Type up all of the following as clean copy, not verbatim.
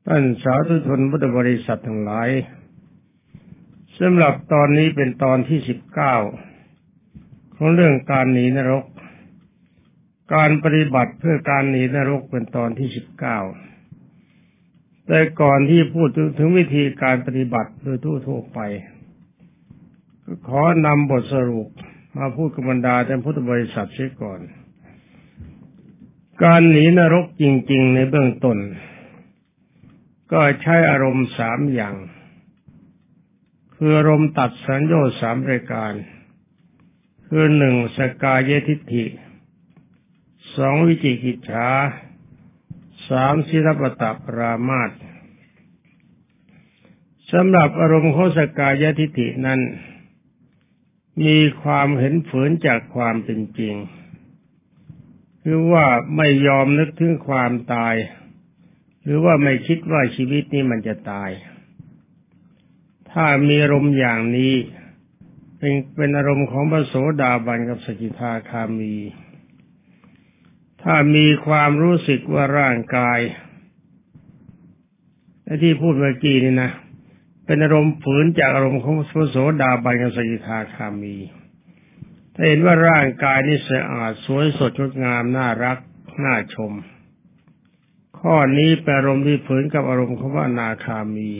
ท่านสาธุชนพุทธบริษัททั้งหลายสำหรับตอนนี้เป็นตอนที่19ของเรื่องการหนีนรกการปฏิบัติเพื่อการหนีนรกเป็นตอนที่19แต่ก่อนที่พูดถึงวิธีการปฏิบัติโดยทั่วไปก็ขอนำบทสรุปมาพูดกับบรรดาท่านพุทธบริษัทเสียก่อนการหนีนรกจริงๆในเบื้องต้นก็ใช้อารมณ์3อย่างคืออารมณ์ตัดสัญโยชน์3รายการคือ1สกายทิฏฐิ2วิจิกิจฉา3ศิลปตปรามาสสำหรับอารมณ์ของสกายทิฏฐินั้นมีความเห็นฝืนจากความเป็นจริงคือว่าไม่ยอมนึกถึงความตายหรือว่าไม่คิดว่าชีวิตนี้มันจะตายถ้ามีอารมณ์อย่างนี้เป็นอารมณ์ของพระโสดาบันกับสกิทาคามีถ้ามีความรู้สึกว่าร่างกายที่พูดเมื่อกี้นี่นะเป็นอารมณ์ฝืนจากอารมณ์ของพระโสดาบันกับสกิทาคามีถ้าเห็นว่าร่างกายนี้สะอาดสวยสดงดงามน่ารักน่าชมข้อนี้เป็นอารมณ์ที่ฝืนกับอารมณ์ของพระอนาคามี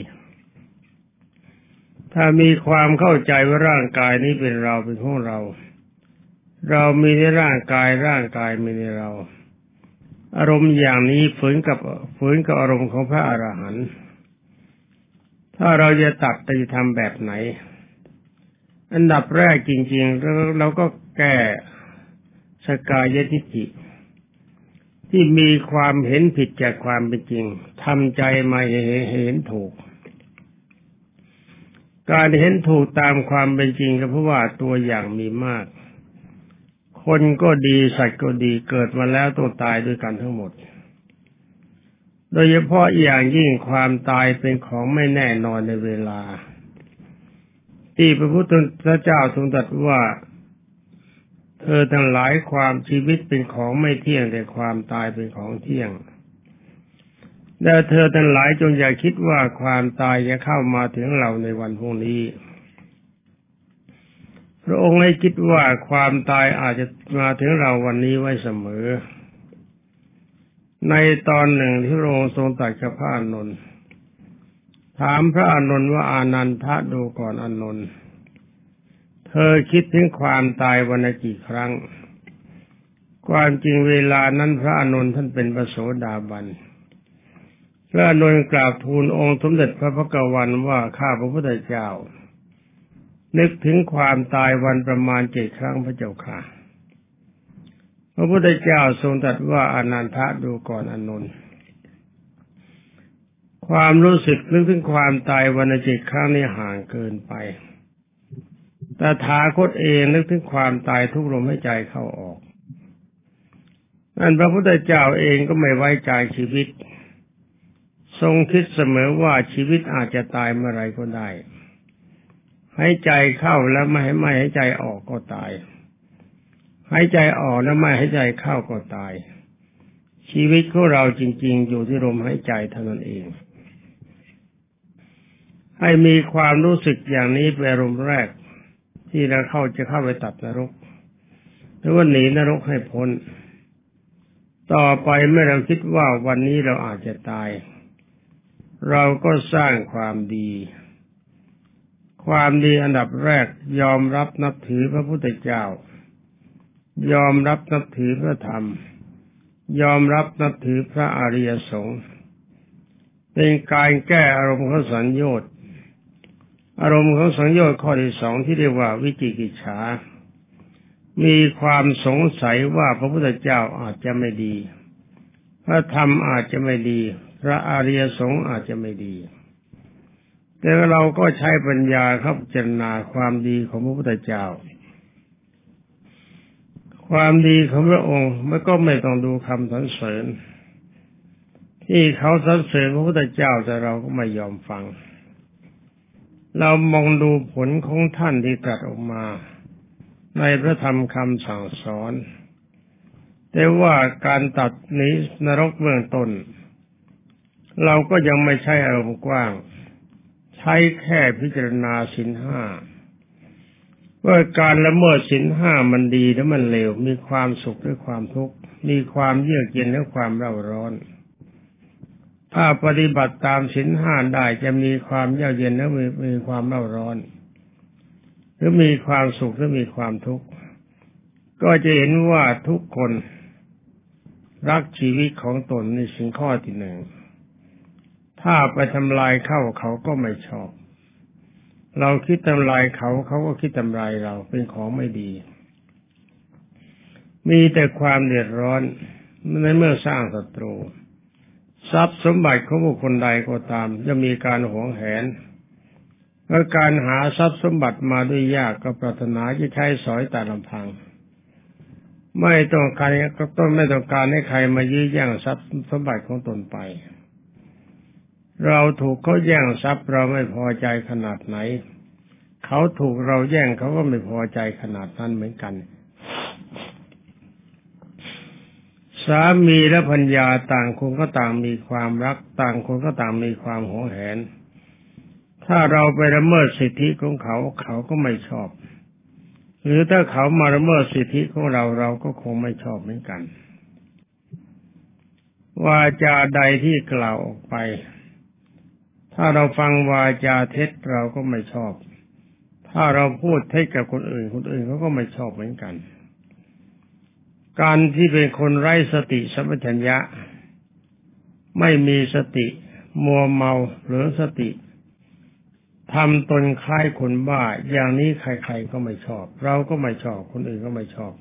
ถ้ามีความเข้าใจว่าร่างกายนี้เป็นเราเป็นของเราเรามีในร่างกายร่างกายมีในเราอารมณ์อย่างนี้ฝืนกับอารมณ์ของพระอรหันต์ถ้าเราจะตัดจะทำแบบไหนอันดับแรกจริงๆเราก็แก้สกายทิฏฐิที่มีความเห็นผิดจากความเป็นจริงทำใจมาเห็นถูกการเห็นถูกตามความเป็นจริงก็เพราะว่าตัวอย่างมีมากคนก็ดีสัตว์ก็ดีเกิดมาแล้วต้องตายด้วยกันทั้งหมดโดยเฉพาะอย่างยิ่งความตายเป็นของไม่แน่นอนในเวลาที่พระพุทธเจ้าทรงตรัสว่าเธอทั้งหลายความชีวิตเป็นของไม่เที่ยงแต่ความตายเป็นของเที่ยงและเธอทั้งหลายจงอย่าคิดว่าความตายจะเข้ามาถึงเราในวันพรุ่งนี้พระองค์ให้คิดว่าความตายอาจจะมาถึงเราวันนี้ไว้เสมอในตอนหนึ่งที่พระองค์ทรงตรัสกับพระอานนท์ถามพระอานนท์ว่าอานันทะดูก่อนอานนท์เธอคิดถึงความตายวันละกี่ครั้งความจริงเวลานั้นพระอานนท์ท่านเป็นพระโสดาบันพระอานนท์กราบทูลองค์สมเด็จพระพักวันว่าข้าพระพุทธเจ้านึกถึงความตายวันประมาณ7 ครั้งพระเจ้าค่ะพระพุทธเจ้าทรงตรัสว่าอานันทะดูก่อนอานนท์ความรู้สึกนึกถึงความตายวันละ7 ครั้งนี้ห่างเกินไปแต่ถาคตเองนึกถึงความตายทุกลมหายใจเข้าออกนั่นพระพุทธเจ้าเองก็ไม่ไว้ใจชีวิตทรงคิดเสมอว่าชีวิตอาจจะตายเมื่อไรก็ได้หายใจเข้าแล้วไม่หายใจออกก็ตายหายใจออกแล้วไม่หายใจเข้าก็ตายชีวิตของเราจริงๆอยู่ที่ลมหายใจเท่านั้นเองให้มีความรู้สึกอย่างนี้เป็นอารมณ์แรกที่เราจะเข้าไปตัดนรกหรือว่าหนีนรกให้พ้นต่อไปเมื่อเราคิดว่าวันนี้เราอาจจะตายเราก็สร้างความดีอันดับแรกยอมรับนับถือพระพุทธเจ้ายอมรับนับถือพระธรรมยอมรับนับถือพระอริยสงฆ์เป็นการแก้อารมณ์ของสัญโยชน์ข้อที่2ที่เรียกว่าวิจิกิจฉามีความสงสัยว่าพระพุทธเจ้าอาจจะไม่ดีพระธรรมอาจจะไม่ดีพระอริยสงฆ์อาจจะไม่ดีแต่เราก็ใช้ปัญญาครับพิจารณาความดีของพระพุทธเจ้าความดีของพระองค์มันก็ไม่ต้องดูคำสรรเสริญที่เขาสรรเสริญพระพุทธเจ้าแต่เราก็ไม่ยอมฟังเรามองดูผลของท่านที่ตรัสออกมาในพระธรรมคำสั่งสอนแต่ว่าการตัดหนีนรกเบื้องต้นเราก็ยังไม่ใช้อารมณ์กว้างใช้แค่พิจารณาศีลห้าว่าการละเมิดศีลห้ามันดีหรือมันเลวมีความสุขหรือความทุกข์มีความเยือกเย็นหรือความเร่าร้อนถ้าปฏิบัติตามศีลห้าได้จะมีความเยือกเย็นหรือมีความเร่าร้อนหรือมีความสุขหรือมีความทุกข์ก็จะเห็นว่าทุกคนรักชีวิตของตนนี่สิ่งข้อที่หนึ่งถ้าไปทำลายเขาก็ไม่ชอบเราคิดทำลายเขาก็คิดทำลายเราเป็นของไม่ดีมีแต่ความเดือดร้อนในเมื่อสร้างศัตรูทรัพย์สมบัติของบุคคลใดก็ตามจะมีการหวงแหนเมื่อการหาทรัพย์สมบัติมาด้วยยากก็ปรารถนาจะใช้สอยแต่ลำพังไม่ต้องการให้ใครมายื้อแย่งทรัพย์สมบัติของตนไปเราถูกเขาแย่งทรัพย์เราไม่พอใจขนาดไหนเขาถูกเราแย่งเขาก็ไม่พอใจขนาดนั้นเหมือนกันสามีและภรรยาต่างคนก็ต่างมีความรักต่างคนก็ต่างมีความหวงแหนถ้าเราไปละเมิดสิทธิของเขาเขาก็ไม่ชอบหรือถ้าเขามาละเมิดสิทธิของเราเราก็คงไม่ชอบเหมือนกันวาจาใดที่กล่าวออกไปถ้าเราฟังวาจาเท็จเราก็ไม่ชอบถ้าเราพูดเท็จกับคนอื่นเขาก็ไม่ชอบเหมือนกันการที่เป็นคนไร้สติสัมปชัญญะไม่มีสติมัวเมาหรือสติทำตนคล้ายคนบ้าอย่างนี้ใครๆก็ไม่ชอบเราก็ไม่ชอบคนอื่นก็ไม่ชอบ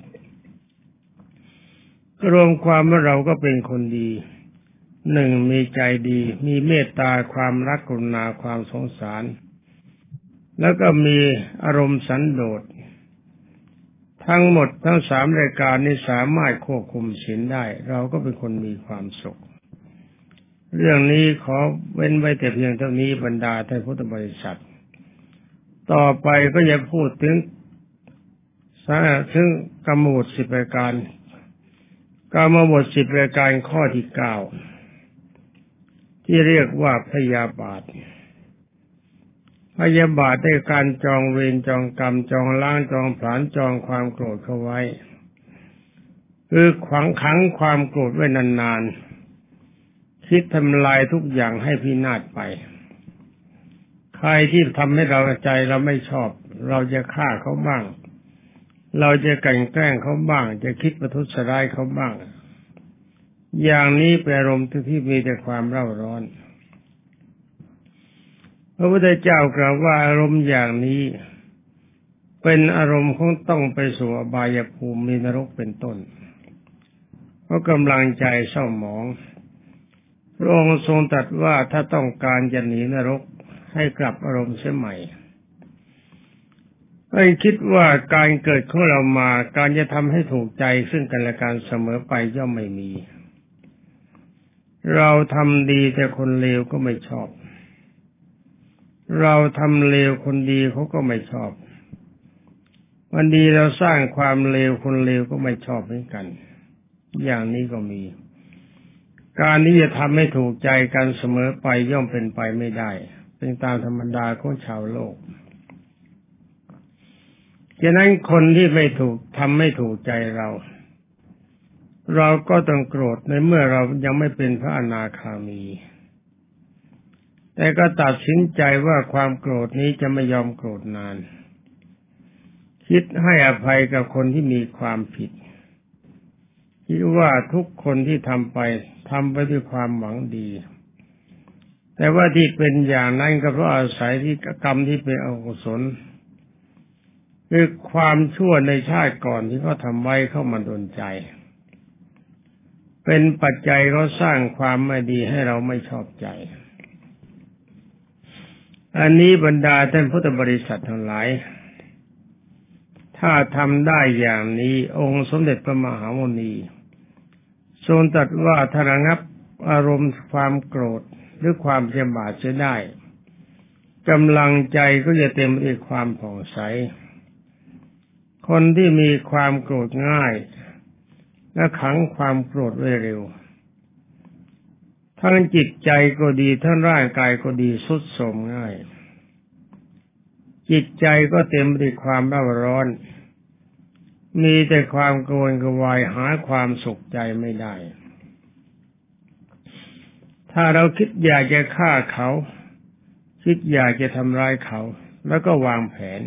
รวมความว่าเราก็เป็นคนดีหนึ่งมีใจดีมีเมตตาความรักกรุณาความสงสารแล้วก็มีอารมณ์สันโดษทั้งหมดทั้งสามรายการนี้สามารถควบคุมศีลได้เราก็เป็นคนมีความสุขเรื่องนี้ขอเว้นไว้แต่เพียงเท่านี้บรรดาท่านพุทธบริษัทต่อไปก็จะพูดถึงกรรมบท10รายการกรรมบท10รายการข้อที่9ที่เรียกว่าพยาบาทได้การจองเวรจองกรรมจองล้างจองผลาญจองความโกรธเข้าไว้คือขวางขังความโกรธไว้นานๆคิดทำลายทุกอย่างให้พินาศไปใครที่ทำให้เราใจเราไม่ชอบเราจะฆ่าเขาบ้างเราจะกลั่นแกล้งเขาบ้างจะคิดประทุษร้ายเขาบ้างอย่างนี้เป็นอารมณ์ที่มีแต่ความเร่าร้อนพระพุทธเจ้ากล่าวว่าอารมณ์อย่างนี้เป็นอารมณ์ของต้องไปสู่อบายภูมิมีนรกเป็นต้นเพราะกำลังใจเศร้าหมองพระองค์ทรงตรัสว่าถ้าต้องการจะหนีนรกให้กลับอารมณ์เสียใหม่ให้คิดว่าการเกิดของเรามาการจะทำให้ถูกใจซึ่งกันและกันเสมอไปย่อมไม่มีเราทำดีแต่คนเลวก็ไม่ชอบเราทำเลวคนดีเขาก็ไม่ชอบวันดีเราสร้างความเลวคนเลวก็ไม่ชอบเหมือนกันอย่างนี้ก็มีการที่จะทำให้ถูกใจกันเสมอไปย่อมเป็นไปไม่ได้เป็นตามธรรมดาของชาวโลกฉะนั้นคนที่ไม่ถูกทำไม่ถูกใจเราก็ต้องโกรธในเมื่อเรายังไม่เป็นพระอนาคามีแต่ก็ตัดสินใจว่าความโกรธนี้จะไม่ยอมโกรธนานคิดให้อภัยกับคนที่มีความผิดคิดว่าทุกคนที่ทำไปด้วยความหวังดีแต่ว่าที่เป็นอย่างนั้นก็เพราะอาศัยที่กรรมที่เป็นอกุศลคือความชั่วในชาติก่อนที่เขาทำไว้เข้ามาดลใจเป็นปัจจัยเขาสร้างความไม่ดีให้เราไม่ชอบใจอันนี้บรรดาท่านพุทธบริษัททั้งหลายถ้าทำได้อย่างนี้องค์สมเด็จพระมหาโมนีทรงตรัสว่าถ้าระงับอารมณ์ความโกรธหรือความพยาบาทเสียได้กำลังใจก็จะเต็มไปด้วยความผ่องใสคนที่มีความโกรธง่ายและขังความโกรธไว้เร็วทั้งจิตใจก็ดีทั้งร่างกายก็ดีทรุดโทรมง่ายจิตใจก็เต็มไปด้วยความเร่าร้อนมีแต่ความโกรธกระวายหาความสุขใจไม่ได้ถ้าเราคิดอยากจะฆ่าเขาคิดอยากจะทำร้ายเขาแล้วก็วางแผน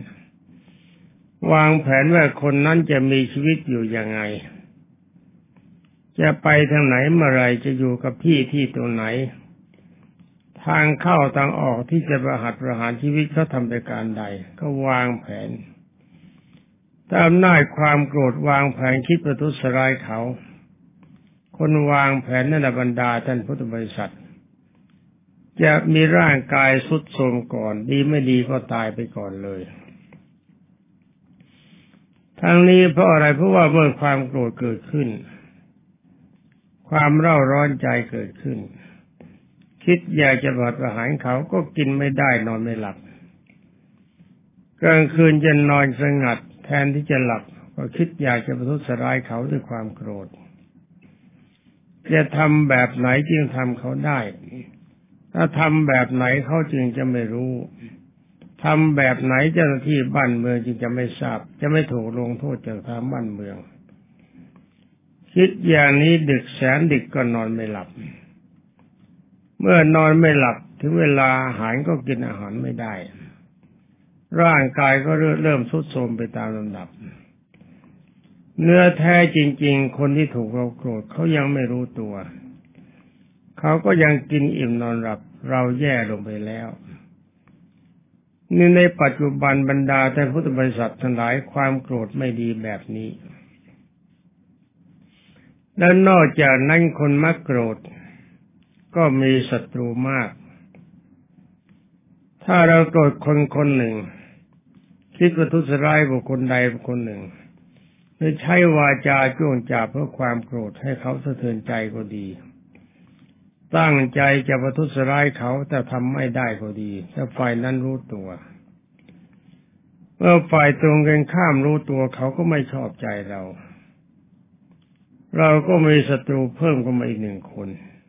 ว่าคนนั้นจะมีชีวิตอยู่ยังไงจะไปทางไหนเมื่อไรจะอยู่กับที่ตรงไหนทางเข้าทางออกที่จะประหารชีวิตเขาทำไปการใดก็วางแผนตามอำนาจความโกรธวางแผนคิดประทุษร้ายเขาคนวางแผนนั่นบรรดาท่านพุทธบริษัทจะมีร่างกายทรุดโทรมก่อนดีไม่ดีก็ตายไปก่อนเลยทั้งนี้เพราะอะไรเพราะว่าเมื่อความโกรธเกิดขึ้นความเร่าร้อนใจเกิดขึ้นคิดอยากจะประหารเขาก็กินไม่ได้นอนไม่หลับกลางคืนจะนอนสงัดแทนที่จะหลับก็คิดอยากจะประทุษร้ายเขาด้วยความโกรธจะทำแบบไหนจึงทำเขาได้ถ้าทำแบบไหนเขาจึงจะไม่รู้ทำแบบไหนเจ้าหน้าที่บ้านเมืองจึงจะไม่ทราบจะไม่ถูกลงโทษจากทางบ้านเมืองคิดอย่างนี้ดึกแสนดึกก็นอนไม่หลับเมื่อนอนไม่หลับถึงเวลาอาหารก็กินอาหารไม่ได้ร่างกายก็เริ่มทรุดโทรมไปตามลำดับเนื้อแท้จริงๆคนที่ถูกเราโกรธเขายังไม่รู้ตัวเขาก็ยังกินอิ่มนอนหลับเราแย่ลงไปแล้วนี่ในปัจจุบันบรรดาท่านพุทธบริษัททั้งหลายความโกรธไม่ดีแบบนี้และนอกจากนั้นคนมักโกรธก็มีศัตรูมากถ้าเราโกรธคนหนึ่งคิดประทุษร้ายบุคคลใดบุคคลหนึ่งหรือใช้วาจาจ้วงจาบเพื่อความโกรธให้เขาสะเทือนใจก็ดีตั้งใจจะประทุษร้ายเขาแต่ทำไม่ได้ก็ดีถ้าฝ่ายนั้นรู้ตัวเมื่อฝ่ายตรงกันข้ามรู้ตัวเขาก็ไม่ชอบใจเราก็มีศัตรูเพิ่มขึ้นมาอีกหนึ่งคน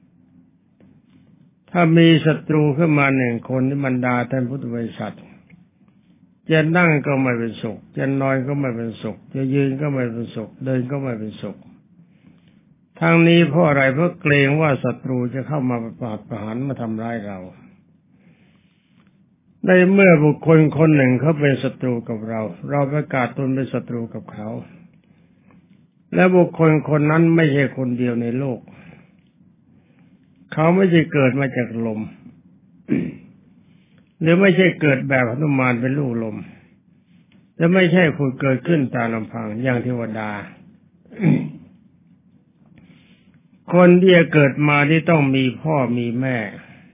ถ้ามีศัตรูขึ้นมาหนึ่งคนที่บรรดาท่านพุทธบริษัทจะนั่งก็ไม่เป็นสุขจะนอนก็ไม่เป็นสุขจะยืนก็ไม่เป็นสุขเดินก็ไม่เป็นสุขทั้งนี้เพราะอะไรเพราะเกรงว่าศัตรูจะเข้ามาประหารมาทำร้ายเราในเมื่อบุคคลคนหนึ่งเขาเป็นศัตรูกับเราประกาศตนเป็นศัตรูกับเขาและบุคคลคนนั้นไม่ใช่คนเดียวในโลกเขาไม่ใช่เกิดมาจากลม หรือไม่ใช่เกิดแบบหนุมานเป็นลูกลมและไม่ใช่ผุดเกิดขึ้นตามลำพังอย่างเทวดา คนที่จะเกิดมาที่ต้องมีพ่อมีแม่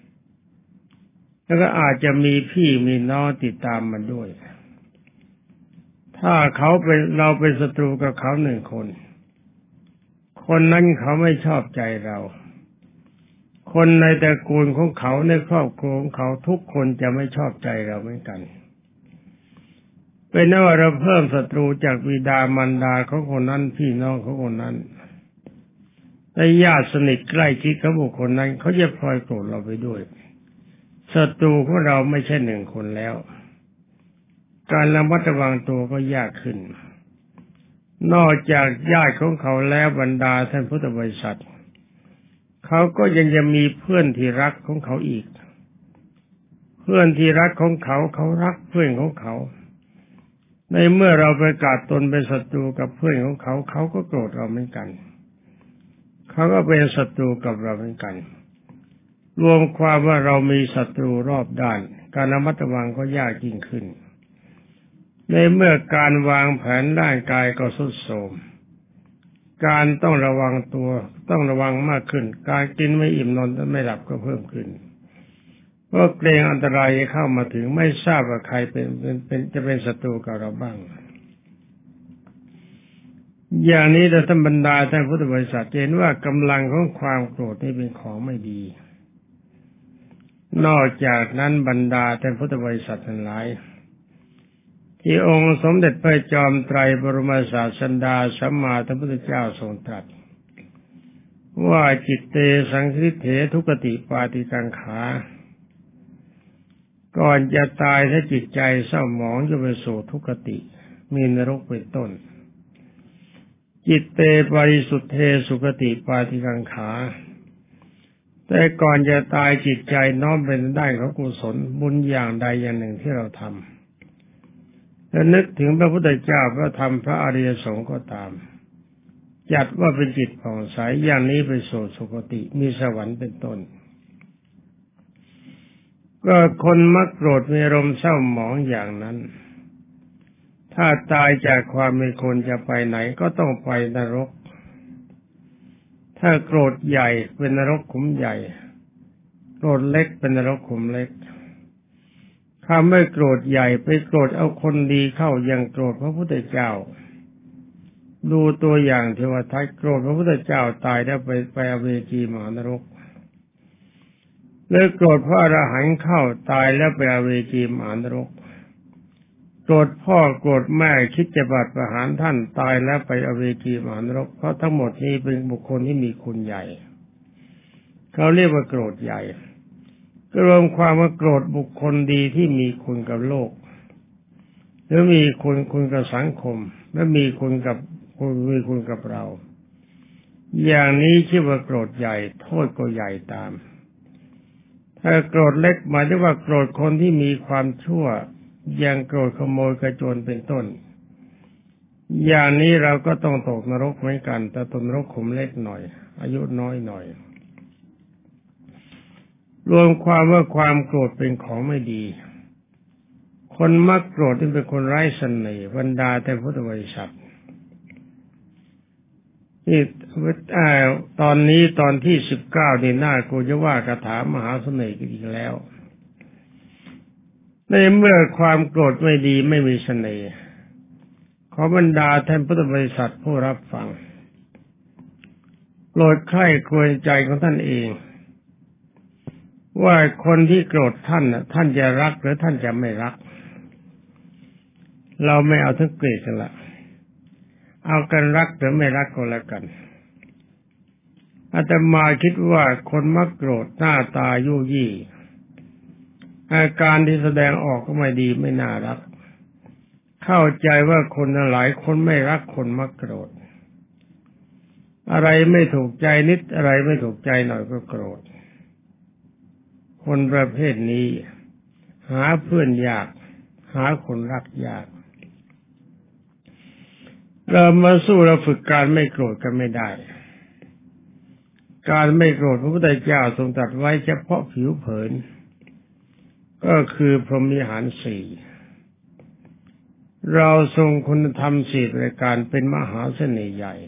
แล้วก็อาจจะมีพี่มีน้องติดตามมาด้วยถ้าเราเป็นศัตรูกับเขาหนึ่งคนคนนั้นเขาไม่ชอบใจเราคนในตระกูลของเขาในครอบครัวของเขาทุกคนจะไม่ชอบใจเราเหมือนกันเป็นนั้นว่าเราเพิ่มศัตรูจากบิดามารดาของคนนั้นพี่น้องของคนนั้นและญาติสนิทใกล้ชิดกับบุคคลนั้นเขาจะพลอยโกรธเราไปด้วยศัตรูของเราไม่ใช่หนึ่งคนแล้วการระมัดระวังตัวก็ยากขึ้นนอกจากญาติของเขาแล้วบรรดาท่านพุทธบริษัทเขาก็ยังจะมีเพื่อนที่รักของเขาอีกเพื่อนที่รักของเขาเขารักเพื่อนของเขาในเมื่อเราประกาศตนเป็นศัตรูกับเพื่อนของเขาเขาก็โกรธเราเหมือนกันเขาก็เป็นศัตรูกับเราเหมือนกันรวมความว่าเรามีศัตรูรอบด้านการระมัดระวังก็ยากยิ่งขึ้นในเมื่อการวางแผนร่างกายก็ทรุดโทรมการต้องระวังตัวต้องระวังมากขึ้นการกินไม่อิ่มนอนไม่หลับก็เพิ่มขึ้นเพราะเกรงอันตรายจะเข้ามาถึงไม่ทราบว่าใครจะเป็นศัตรูกับเราบ้างอย่างนี้เราท่านบรรดาท่านพุทธบริษัทเห็นว่ากำลังของความโกรธนี่เป็นของไม่ดีนอกจากนั้นบรรดาท่านพุทธบริษัททั้งหลายที่องค์สมเด็จพระจอมไตรบรมศาสดาสัมมาสัมพุทธเจ้าทรงตรัสว่าจิตเตสังคริเถทุกติปาติกังขาก่อนจะตายถ้าจิตใจเศร้าหมองจะไปสู่ทุกติมีนรกเป็นต้นจิตเตปริสุทธเทสุคติปาติกังขาแต่ก่อนจะตายจิตใจน้อมเป็นได้ของกุศลบุญอย่างใดอย่างหนึ่งที่เราทำและนึกถึงพระพุทธเจ้าพระธรรมพระอริยสงฆ์ก็ตามจัดว่าเป็นจิตผ่องใสอย่างนี้ไปสู่สุคติมีสวรรค์เป็นต้นก็คนมักโกรธมีอารมณ์เศร้าหมองอย่างนั้นถ้าตายจากความเป็นคนจะไปไหนก็ต้องไปนรกถ้าโกรธใหญ่เป็นนรกขุมใหญ่โกรธเล็กเป็นนรกขุมเล็กถ้าไม่โกรธใหญ่ไปโกรธเอาคนดีเข้ายังโกรธพระพุทธเจ้าดูตัวอย่างเทวทัตโกรธพระพุทธเจ้าตายแล้วไปอเวจีมหานรกหรือโกรธพระอรหันต์เข้าตายแล้วไปอเวจีมหานรกโกรธพ่อโกรธแม่คิดจะบัดประหารท่านตายแล้วไปอเวจีมหานรกเพราะทั้งหมดนี้เป็นบุคคลที่มีคุณใหญ่เขาเรียกว่าโกรธใหญ่ก็รวมความว่าโกรธบุคคลดีที่มีคุณกับโลกหรือมีคุณกับสังคมและมีคุณกับเราอย่างนี้ชื่อว่าโกรธใหญ่โทษก็ใหญ่ตามถ้าโกรธเล็กหมายถึงว่าโกรธคนที่มีความชั่วอย่างโกรธขโมยกระโจนเป็นต้นอย่างนี้เราก็ต้องตกนรกเหมือนกันแต่ตกนรกขุมเล็กหน่อยอายุน้อยหน่อยรวมความว่าความโกรธเป็นของไม่ดีคนมักโกรธที่เป็นคนไร้เสน่ห์บรรดาแต่พุทธบริษัทนี่ตอนนี้ตอนที่19นี่น่ากูจะว่าคาถามหาเสน่ห์อีกแล้วในเมื่อความโกรธไม่ดีไม่มีเสน่ห์ขอบรรดาท่านพุทธบริษัทผู้รับฟังโปรดใคร่ครวญใจของท่านเองว่าคนที่โกรธท่านน่ะท่านจะรักหรือท่านจะไม่รักเราไม่เอาทั้งเกลียดกันละเอากันรักหรือไม่รักก็แล้วกันอาตมาคิดว่าคนมักโกรธหน้าตายุ่ยยี่อาการที่แสดงออกก็ไม่ดีไม่น่ารักเข้าใจว่าคนหลายคนไม่รักคนมักโกรธอะไรไม่ถูกใจนิดอะไรไม่ถูกใจหน่อยก็โกรธคนประเภทนี้หาเพื่อนยากหาคนรักยากเรามาสู้เราฝึกการไม่โกรธกันไม่ได้การไม่โกรธพระพุทธเจ้าทรงตรัสไว้เฉพาะผิวเผินก็คือพรหมวิหารสี่เราทรงคุณธรรมสี่ประการเป็นมหาเสน่ห์ใหญ่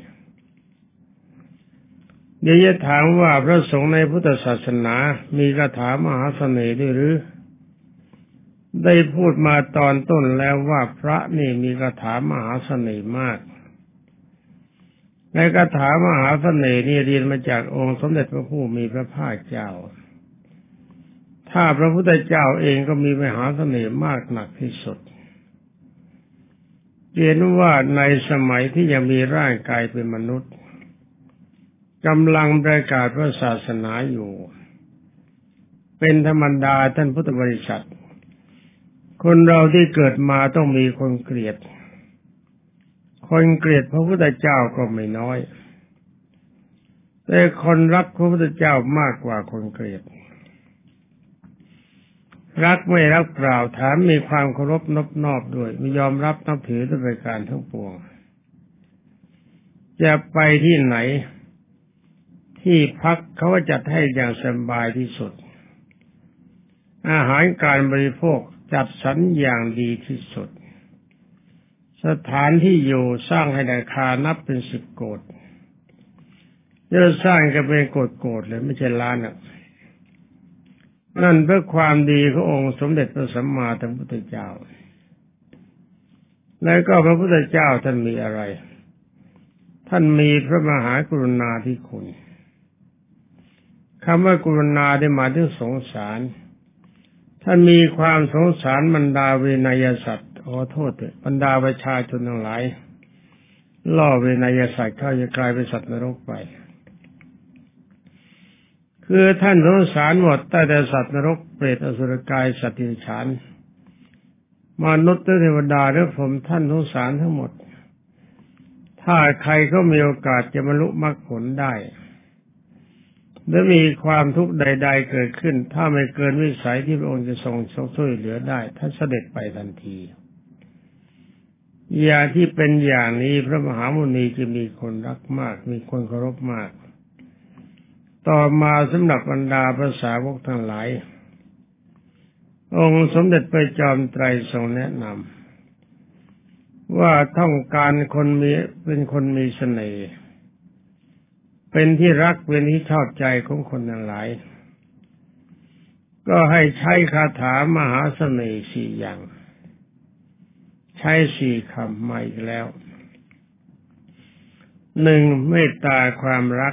เดี๋ยวจะถามว่าพระสงฆ์ในพุทธศาสนามีคาถามหาเสน่ห์ด้วยหรือได้พูดมาตอนต้นแล้วว่าพระนี่มีคาถามหาเสน่ห์มากในคาถามหาเสน่ห์นี่เรียนมาจากองค์สมเด็จพระผู้มีพระภาคเจ้าถ้าพระพุทธเจ้าเองก็มีมหาเสน่ห์มากหนักที่สุดเรียนว่าในสมัยที่ยังมีร่างกายเป็นมนุษย์กำลังประกาศพระศาสนาอยู่เป็นธรรมดาท่านพุทธบริษัทคนเราที่เกิดมาต้องมีคนเกลียดคนเกลียดพระพุทธเจ้าก็ไม่น้อยแต่คนรักพระพุทธเจ้ามากกว่าคนเกลียดรักไม่รักเปล่าถามมีความเคารพนอบน้อมด้วยไม่ยอมรับนับถือด้วยประการทั้งปวงจะไปที่ไหนที่พักเขาจัดให้อย่างสบายที่สุดอาหารการบริโภคจัดสรรอย่างดีที่สุดสถานที่อยู่สร้างให้ราคานับเป็น10 โกฏเดี๋ยวสร้างก็เป็นโกฏเลยไม่ใช่ล้านอ่ะนั่นเพื่อความดีขององค์สมเด็จพระสัมมาสัมพุทธเจ้าแล้วก็พระพุทธเจ้าท่านมีอะไรท่านมีพระมหากรุณาธิคุณคำว่ากรุณาได้หมายถึงสงสารท่านมีความสงสารบรรดาเวนยสัตว์ขอโทษเถิดบรรดาประชาชนทั้งหลายล่อเวนยสัตว์เขาจะกลายเป็นสัตว์นรกไปคือท่านสงสารหมดตั้งแต่สัตว์นรกเปรตอสุรกายสัตว์เดรัจฉานมนุษย์เทวดาและพรหมท่านสงสารทั้งหมดถ้าใครก็มีโอกาสจะบรรลุมรรคผลได้และมีความทุกข์ใดๆเกิดขึ้นถ้าไม่เกินวิสัยที่พระองค์จะทรงช่วยเหลือได้ท่านเสด็จไปทันทีอย่างที่เป็นอย่างนี้พระมหามุนีจะมีคนรักมากมีคนเคารพมากต่อมาสำหรับบรรดาพระสาวกทั้งหลายองค์สมเด็จพระจอมไตรทรงแนะนำว่าต้องการเป็นคนมีเสน่ห์เป็นที่รักเป็นที่ชอบใจของคนทั้งหลายก็ให้ใช้คาถามหาเสน่ห์4อย่างใช้4คำมาอีกแล้ว 1. เมตตาความรัก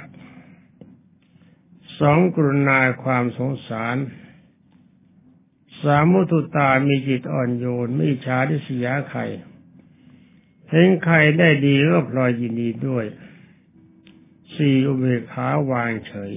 2. กรุณาความสงสาร 3. มุทุตามีจิตอ่อนโยนไม่อิจฉาริษยาใครเห็นใครได้ดีก็พลอยยินดีด้วย 4. อุเบกขาวางเฉย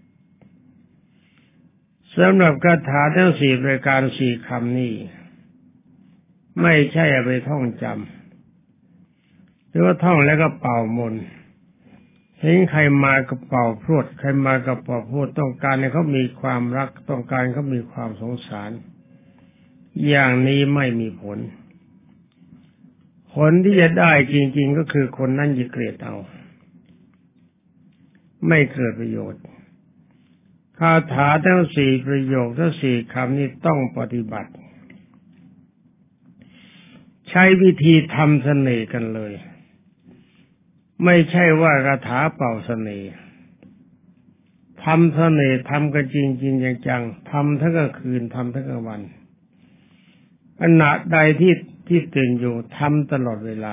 สำหรับคาถาทั้ง4ประการ4คำนี้ไม่ใช่เอาไปท่องจำหรือว่าท่องแล้วก็เป่ามนต์เห็นใครมาก็เป่าพรวดใครมาก็เป่าพรวดต้องการให้เขามีความรักต้องการเขามีความสงสารอย่างนี้ไม่มีผลที่จะได้จริงๆก็คือคนนั้นจะเกลียดเอาไม่เกิดประโยชน์คาถาทั้ง4ประโยคทั้ง4คำนี้ต้องปฏิบัติใช้วิธีทำเสน่ห์กันเลยไม่ใช่ว่าคาถาเป่าเสน่ห์ทำเสน่ห์ทำกันจริงๆจังๆทำทั้งกลางคืนทำทั้งกลางวันขณะใดที่ตื่นอยู่ทำตลอดเวลา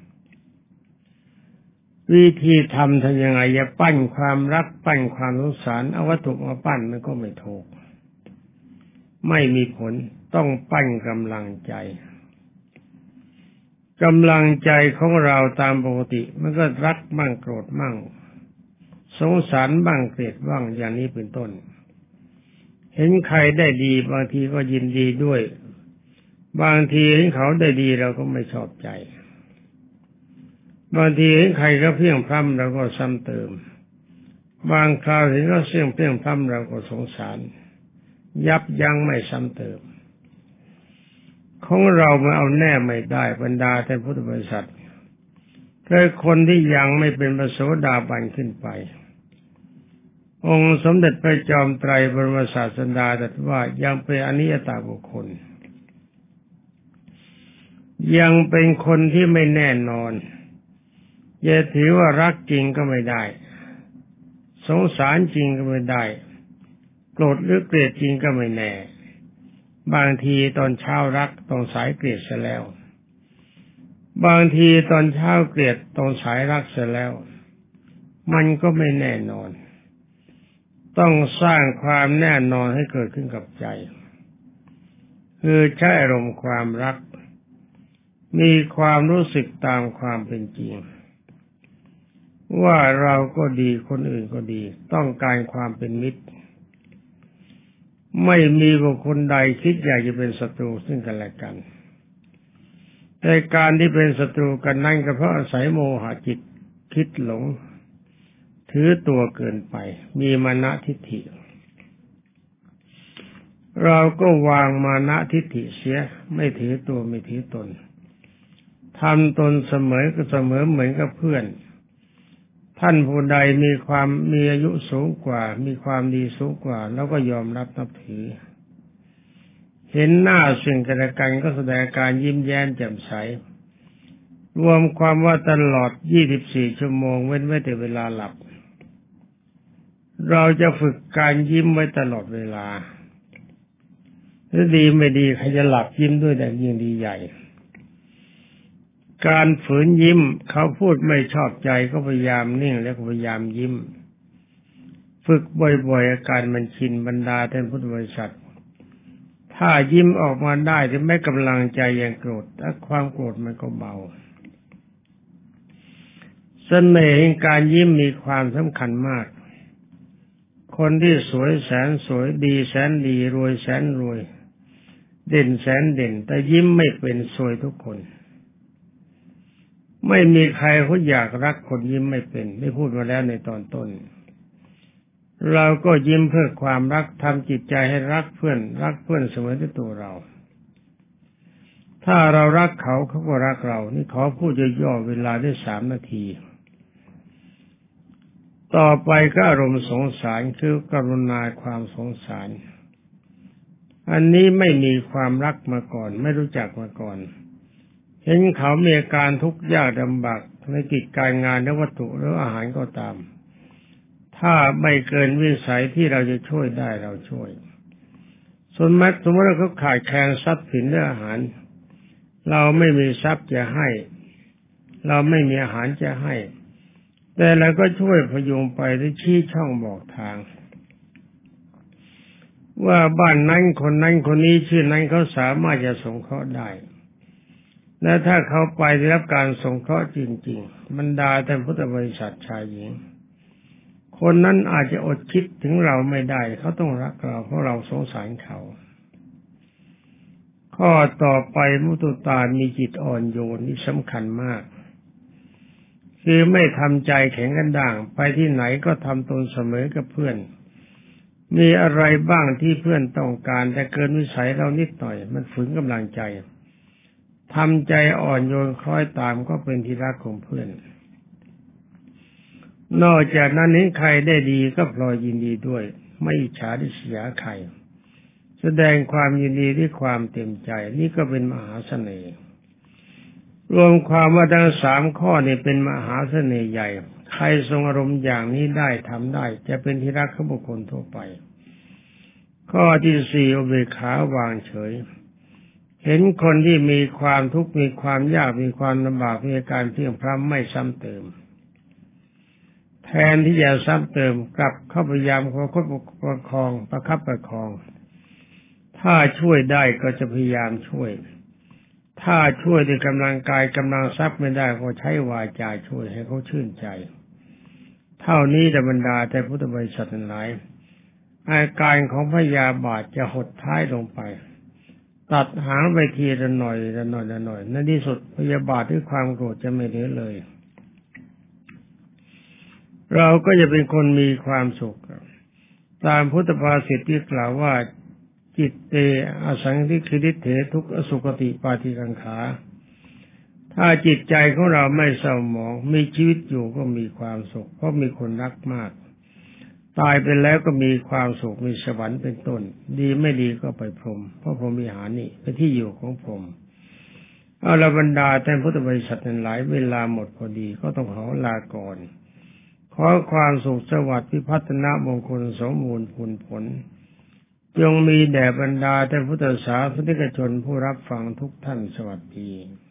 วิธีทำยังไงอย่าปั้นความรักปั้นความสงสารเอาวัตถุมาปั้นมันก็ไม่ถูกไม่มีผลต้องปั้นกำลังใจของเราตามปกติมันก็รักบ้างโกรธบ้างสงสารบ้างเกลียดบ้างอย่างนี้เป็นต้นเห็นใครได้ดีบางทีก็ยินดีด้วยบางทีเห็นเขาได้ดีเราก็ไม่ชอบใจบางทีเห็นใครก็เพี้ยงพล้ำเราก็ซ้ำเติมบางคราวเห็นเขาเสี่ยงเพี้ยงพล้ำเราก็สงสารยับยั้งไม่ซ้ำเติมของเรามาเอาแน่ไม่ได้บรรดาท่านพุทธบริษัทคือคนที่ยังไม่เป็นพระโสดาบันขึ้นไปองค์สมเด็จพระจอมไตรบรมศาสดาตรัสว่ายังเป็นอนิจจตบุคคลยังเป็นคนที่ไม่แน่นอนอย่าถือว่ารักจริงก็ไม่ได้สงสารจริงก็ไม่ได้โกรธหรือเกลียดจริงก็ไม่แน่บางทีตอนเช้ารักตอนสายเกลียดซะแล้วบางทีตอนเช้าเกลียดตอนสายรักซะแล้วมันก็ไม่แน่นอนต้องสร้างความแน่นอนให้เกิดขึ้นกับใจคือใช้อารมณ์ความรักมีความรู้สึกตามความเป็นจริงว่าเราก็ดีคนอื่นก็ดีต้องการความเป็นมิตรไม่มีบุคคลใดคิดอยากจะเป็นศัตรูซึ่งกันและกันแต่การที่เป็นศัตรูกันนั่นก็เพราะอาศัยโมหะจิตคิดหลงถือตัวเกินไปมีมานะทิฏฐิเราก็วางมานะทิฏฐิเสียไม่ถือตัวไม่ถือตนทำตนเสมอเหมือนกับเพื่อนท่านผู้ใดมีอายุสูงกว่ามีความดีสูงกว่าแล้วก็ยอมรับนับถือเห็นหน้าซึ่งกันและกันก็แสดงการยิ้มแย้มแจ่มใสรวมความว่าตลอด24ชั่วโมงเว้นไว้แต่เวลาหลับเราจะฝึกการยิ้มไว้ตลอดเวลาถ้าดีไม่ดีใครจะหลับยิ้มด้วยแต่ยิ่งดีใหญ่การฝืนยิ้มเขาพูดไม่ชอบใจก็พยายามนิ่งแล้วก็พยายามยิ้มฝึกบ่อยๆอาการมันชินบรรดาท่านพุทธบริษัทถ้ายิ้มออกมาได้จะไม่กำลังใจยังโกรธถ้าความโกรธมันก็เบาเสน่ห์แห่งการยิ้มมีความสำคัญมากคนที่สวยแสนสวยดีแสนดีรวยแสนรวยเด่นแสนเด่นแต่ยิ้มไม่เป็นซวยทุกคนไม่มีใครเขาอยากรักคนยิ้มไม่เป็นได้พูดมาแล้วในตอนต้นเราก็ยิ้มเพื่อความรักทำจิตใจให้รักเพื่อนเสมอที่ตัวเราถ้าเรารักเขาเขาก็รักเรานี่ขอพูดย่อๆเวลาได้3 นาทีต่อไปก็อารมณ์สงสารคือกรุณาความสงสารอันนี้ไม่มีความรักมาก่อนไม่รู้จักมาก่อนเห็นเขามีอาการทุกข์ยากลำบากในกิจการงานและวัตถุหรืออาหารก็ตามถ้าไม่เกินวิสัยที่เราจะช่วยได้เราช่วยสมมติว่าเขาขาดแคลนทรัพย์สินและอาหารเราไม่มีทรัพย์จะให้เราไม่มีอาหารจะให้แต่เราก็ช่วยพยุงไปหรือชี้ช่องบอกทางว่าบ้านนั้นคนนี้ชื่อนั้นเขาสามารถจะสงเคราะห์ได้และถ้าเขาไปได้รับการสงเคราะห์จริงๆบรรดาท่านพุทธบริษัทชายหญิงคนนั้นอาจจะอดคิดถึงเราไม่ได้เขาต้องรักเราเพราะเราสงสารเขาข้อต่อไปมุตุตามีจิตอ่อนโยนนี่สำคัญมากคือไม่ทำใจแข็งกระด้างไปที่ไหนก็ทำตนเสมอกับเพื่อนมีอะไรบ้างที่เพื่อนต้องการแต่เกินวิสัยเรานิดหน่อยมันฝืนกำลังใจทำใจอ่อนโยนคล้อยตามก็เป็นที่รักของเพื่อนนอกจากนั้นเห็นใครได้ดีก็พลอยยินดีด้วยไม่อิจฉาริษยาใครแสดงความยินดีด้วยความเต็มใจนี่ก็เป็นมหาเสน่ห์รวมความว่าทั้ง3 ข้อนี้เป็นมหาเสน่ห์ใหญ่ใครทรงอารมณ์อย่างนี้ได้ทำได้จะเป็นที่รักของบุคคลทั่วไปข้อที่4อุเบกขาวางเฉยเห็นคนที่มีความทุกข์มีความยากมีความลำบากมีอาการเพลียงพล้ำไม่ซ้ำเติมแทนที่จะซ้ำเติมกลับเข้าพยายามประคองประคับประคองถ้าช่วยได้ก็จะพยายามช่วยถ้าช่วยด้วยกำลังกายกำลังทรัพย์ไม่ได้ก็ใช้วาจาช่วยให้เขาชื่นใจเท่านี้แต่บรรดาแต่พุทธบริษัททั้งหลายอาการของพยาบาทจะหดท้ายลงไปตัดหางไปทีละหน่อยในที่สุดพยาบาทด้วยความโกรธจะไม่เหลือเลยเราก็จะเป็นคนมีความสุขตามพุทธภาษิตที่กล่าวว่าจิตเตอสังคิคิริเถทุกอสุคติปาติกังขาถ้าจิตใจของเราไม่เศร้าหมองมีชีวิตอยู่ก็มีความสุขเพราะมีคนรักมากตายไปแล้วก็มีความสุขมีสวรรค์เป็นต้นดีไม่ดีก็ไปพรหมเพราะพรหมวิหารนี่เป็นที่อยู่ของพรหมเอาละบรรดาท่านพุทธบริษัททั้งหลายเวลาหมดพอดีก็ต้องขอลาก่อนขอความสุขสวัสดิ์พิพัฒนมงคลสมบูรณ์ผลจงมีแด่บรรดาท่านพุทธศาสนิกชนผู้รับฟังทุกท่านสวัสดี